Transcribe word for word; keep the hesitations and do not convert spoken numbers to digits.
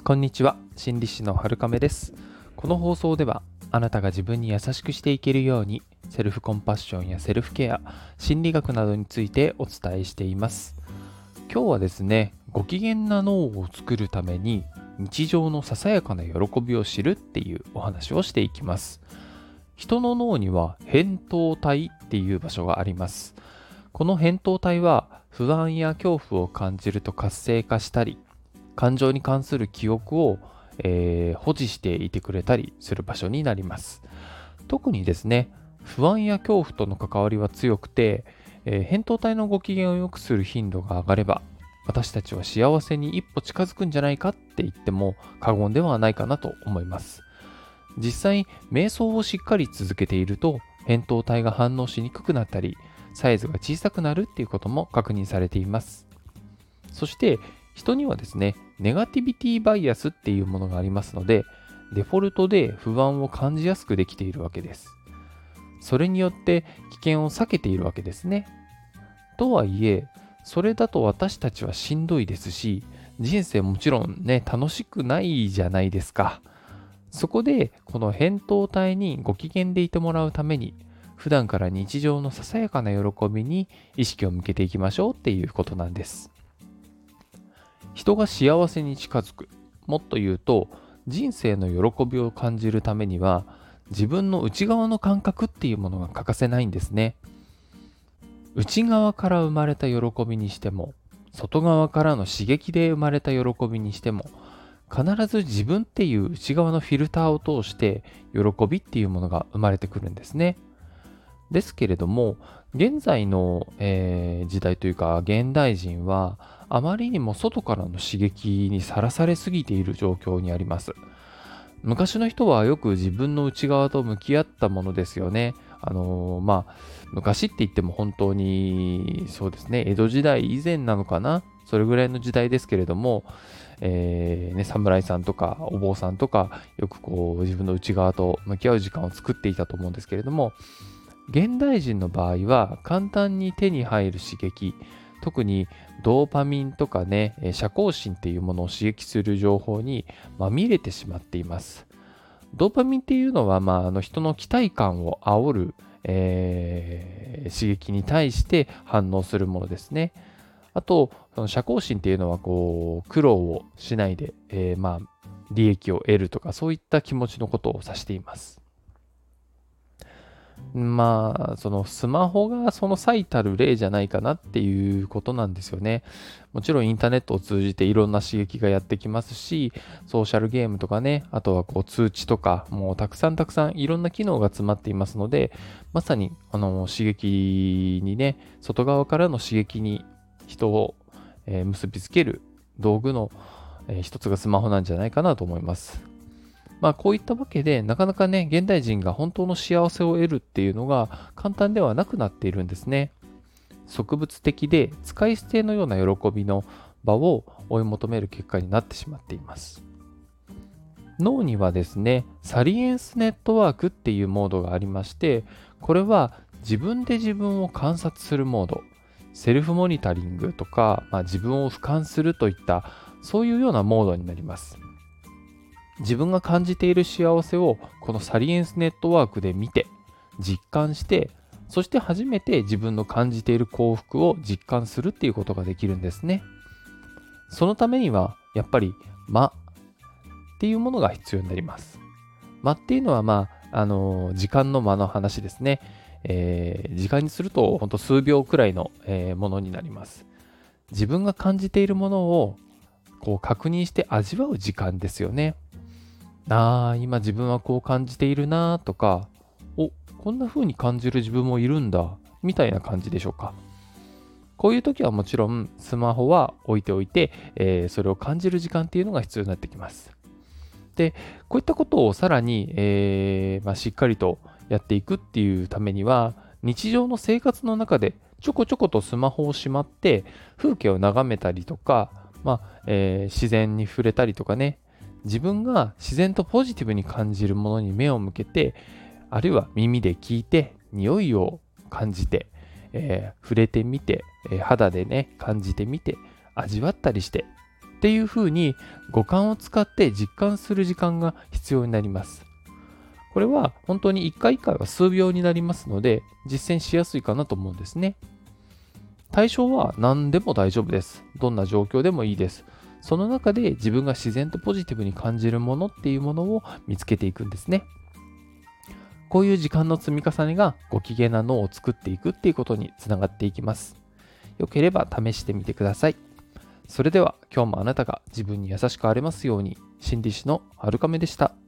こんにちは、心理師のはるかめです。この放送では、あなたが自分に優しくしていけるように、セルフコンパッションやセルフケア、心理学などについてお伝えしています。今日はですね、ご機嫌な脳を作るために、日常のささやかな喜びを知るっていうお話をしていきます。人の脳には扁桃体っていう場所があります。この扁桃体は不安や恐怖を感じると活性化したり、感情に関する記憶を、えー保持していてくれたりする場所になります。特にですね、不安や恐怖との関わりは強くて、えー扁桃体のご機嫌を良くする頻度が上がれば、私たちは幸せに一歩近づくんじゃないかって言っても過言ではないかなと思います。実際、瞑想をしっかり続けていると、扁桃体が反応しにくくなったり、サイズが小さくなるっていうことも確認されています。そして、人にはですね、ネガティビティバイアスっていうものがありますので、デフォルトで不安を感じやすくできているわけです。それによって危険を避けているわけですね。とはいえ、それだと私たちはしんどいですし、人生もちろんね、楽しくないじゃないですか。そこで、この扁桃体にご機嫌でいてもらうために、普段から日常のささやかな喜びに意識を向けていきましょうっていうことなんです。人が幸せに近づく。もっと言うと、人生の喜びを感じるためには、自分の内側の感覚っていうものが欠かせないんですね。内側から生まれた喜びにしても、外側からの刺激で生まれた喜びにしても、必ず自分っていう内側のフィルターを通して、喜びっていうものが生まれてくるんですね。ですけれども、現在の、えー時代というか、現代人は、あまりにも外からの刺激にさらされすぎている状況にあります。昔の人はよく自分の内側と向き合ったものですよね。あのーまあ、昔って言っても本当に、そうですね、江戸時代以前なのかな、それぐらいの時代ですけれども、えーね、侍さんとかお坊さんとか、よくこう自分の内側と向き合う時間を作っていたと思うんですけれども、現代人の場合は簡単に手に入る刺激、特にドーパミンとかね、えー社交心っていうものを刺激する情報にまみれてしまっています。ドーパミンっていうのは、まあ、あの人の期待感を煽る、えー刺激に対して反応するものですね。あと、その社交心っていうのは、こう、苦労をしないで、えーまあ、利益を得るとか、そういった気持ちのことを指しています。まあ、そのスマホがその最たる例じゃないかなっていうことなんですよね。もちろんインターネットを通じていろんな刺激がやってきますし、ソーシャルゲームとかね、あとはこう通知とか、もうたくさんたくさんいろんな機能が詰まっていますので、まさにあの刺激にね、外側からの刺激に人を、えー結びつける道具の、えー一つがスマホなんじゃないかなと思います。まあこういったわけで、なかなかね、現代人が本当の幸せを得るっていうのが簡単ではなくなっているんですね。植物的で使い捨てのような喜びの場を追い求める結果になってしまっています。脳にはですね、サリエンスネットワークっていうモードがありまして、これは自分で自分を観察するモード、セルフモニタリングとか、まあ、自分を俯瞰するといった、そういうようなモードになります。自分が感じている幸せをこのサリエンスネットワークで見て、実感して、そして初めて自分の感じている幸福を実感するっていうことができるんですね。そのためには、やっぱり間っていうものが必要になります。間っていうのは、まあ、あの時間の間の話ですね。えー時間にすると、ほんと数秒くらいの、えーものになります。自分が感じているものをこう確認して味わう時間ですよね。ああ、今自分はこう感じているなとか、お、こんな風に感じる自分もいるんだ、みたいな感じでしょうか。こういう時はもちろんスマホは置いておいて、えーそれを感じる時間っていうのが必要になってきます。で、こういったことをさらに、えーまあ、しっかりとやっていくっていうためには、日常の生活の中でちょこちょことスマホをしまって風景を眺めたりとか、まあえー自然に触れたりとかね、自分が自然とポジティブに感じるものに目を向けて、あるいは耳で聞いて、匂いを感じて、えー触れてみて、えー肌でね、感じてみて、味わったりして、っっていうふうに五感を使って実感する時間が必要になります。これは本当にいっかいいっかいは数秒になりますので、実践しやすいかなと思うんですね。対象は何でも大丈夫です。どんな状況でもいいです。その中で自分が自然とポジティブに感じるものっていうものを見つけていくんですね。こういう時間の積み重ねがご機嫌な脳を作っていくっていうことにつながっていきます。よければ試してみてください。それでは今日もあなたが自分に優しくありますように、心理師のはるかめでした。